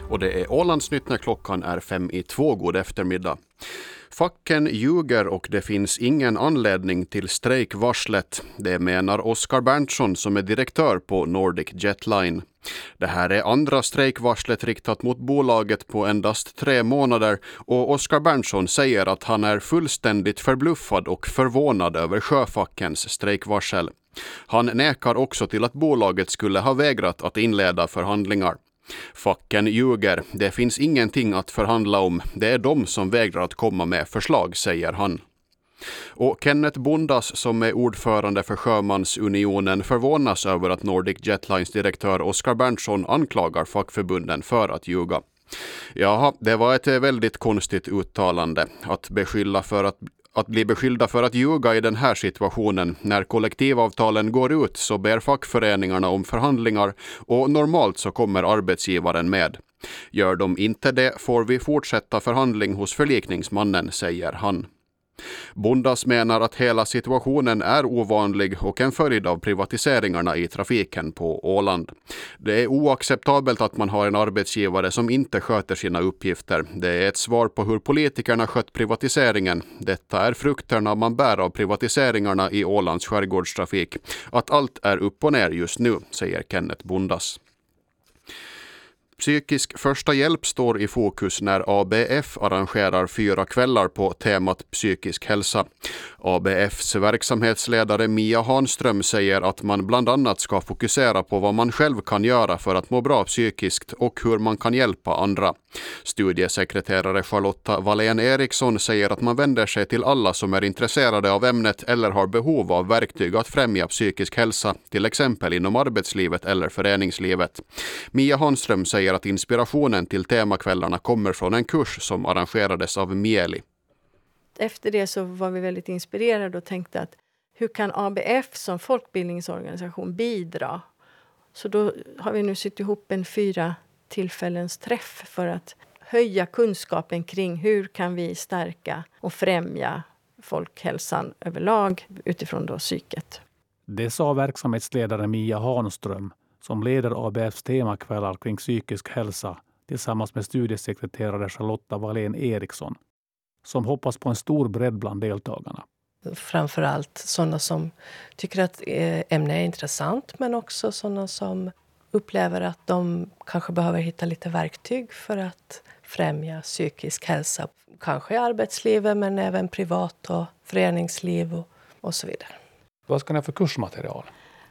Och det är Ålandsnytt när klockan är 5:02. God eftermiddag. Facken ljuger och det finns ingen anledning till strejkvarslet. Det menar Oskar Berntsson som är direktör på Nordic Jetline. Det här är andra strejkvarslet riktat mot bolaget på endast 3 månader och Oskar Berntsson säger att han är fullständigt förbluffad och förvånad över sjöfackens strejkvarsel. Han nekar också till att bolaget skulle ha vägrat att inleda förhandlingar. Facken ljuger. Det finns ingenting att förhandla om. Det är de som vägrar att komma med förslag, säger han. Och Kenneth Bondas som är ordförande för Sjömansunionen förvånas över att Nordic Jetlines direktör Oskar Berntsson anklagar fackförbunden för att ljuga. Jaha, det var ett väldigt konstigt uttalande att bli beskyllda för att ljuga i den här situationen. När kollektivavtalen går ut så ber fackföreningarna om förhandlingar och normalt så kommer arbetsgivaren med. Gör de inte det får vi fortsätta förhandling hos förlikningsmannen, säger han. Bondas menar att hela situationen är ovanlig och en följd av privatiseringarna i trafiken på Åland. Det är oacceptabelt att man har en arbetsgivare som inte sköter sina uppgifter. Det är ett svar på hur politikerna skött privatiseringen. Detta är frukterna man bär av privatiseringarna i Ålands skärgårdstrafik. Att allt är upp och ner just nu, säger Kenneth Bondas. Psykisk första hjälp står i fokus när ABF arrangerar 4 kvällar på temat psykisk hälsa. ABFs verksamhetsledare Mia Hanström säger att man bland annat ska fokusera på vad man själv kan göra för att må bra psykiskt och hur man kan hjälpa andra. Studiesekreterare Charlotta Wallén Eriksson säger att man vänder sig till alla som är intresserade av ämnet eller har behov av verktyg att främja psykisk hälsa, till exempel inom arbetslivet eller föreningslivet. Mia Hanström säger att inspirationen till temakvällarna kommer från en kurs som arrangerades av Mieli. Efter det så var vi väldigt inspirerade och tänkte att hur kan ABF som folkbildningsorganisation bidra? Så då har vi nu sytt ihop en 4 tillfällens träff för att höja kunskapen kring hur kan vi stärka och främja folkhälsan överlag utifrån då psyket. Det sa verksamhetsledare Mia Hanström som leder ABFs temakvällar kring psykisk hälsa tillsammans med studiesekreterare Charlotta Wallén Eriksson som hoppas på en stor bredd bland deltagarna. Framförallt sådana som tycker att ämnet är intressant men också sådana som upplever att de kanske behöver hitta lite verktyg för att främja psykisk hälsa. Kanske i arbetslivet men även privat och föreningsliv och så vidare. Vad ska ni ha för kursmaterial?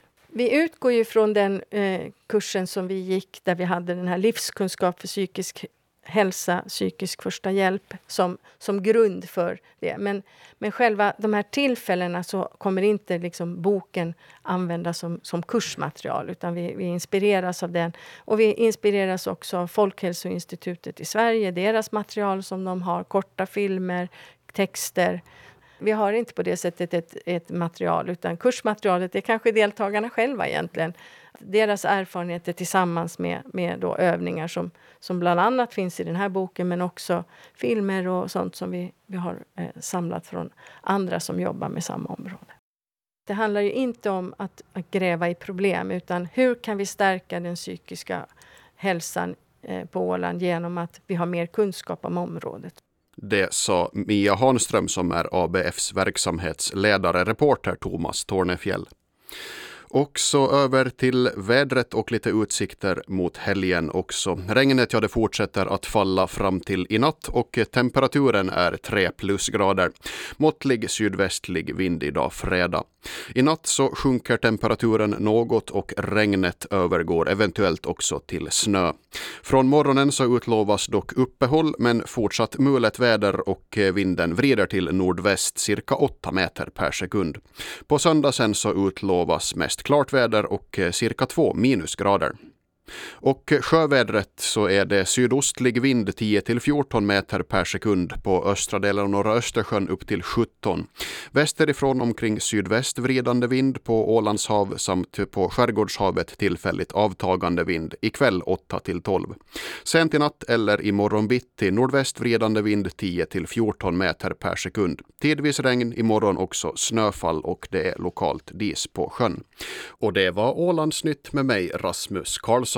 Vi utgår ju från den kursen som vi gick där vi hade den här livskunskap för psykisk hälsa, psykisk första hjälp som grund för det. Men själva de här tillfällena så kommer inte liksom boken användas som kursmaterial utan vi inspireras av den. Och vi inspireras också av Folkhälsoinstitutet i Sverige, deras material som de har, korta filmer, texter. Vi har inte på det sättet ett material utan kursmaterialet är kanske deltagarna själva egentligen. Deras erfarenheter tillsammans med då övningar som bland annat finns i den här boken men också filmer och sånt som vi har samlat från andra som jobbar med samma område. Det handlar ju inte om att gräva i problem utan hur kan vi stärka den psykiska hälsan på Åland genom att vi har mer kunskap om området. Det sa Mia Hanström som är ABFs verksamhetsledare, reporter Thomas Tornefjäll. Och så över till vädret och lite utsikter mot helgen också. Regnet det fortsätter att falla fram till i natt och temperaturen är 3 plusgrader. Måttlig sydvästlig vind idag fredag. I natt så sjunker temperaturen något och regnet övergår eventuellt också till snö. Från morgonen så utlovas dock uppehåll men fortsatt mulet väder och vinden vrider till nordväst cirka 8 meter per sekund. På söndagen så utlovas mest klart väder och cirka 2 minusgrader. Och sjövädret så är det sydostlig vind 10-14 meter per sekund på östra delen av norra Östersjön upp till 17. Västerifrån omkring sydväst vridande vind på Ålandshav samt på skärgårdshavet tillfälligt avtagande vind ikväll 8-12. Sent i natt eller i morgon bitti nordväst vridande vind 10-14 meter per sekund. Tidvis regn, imorgon också snöfall och det är lokalt dis på sjön. Och det var Ålandsnytt med mig Rasmus Karlsson.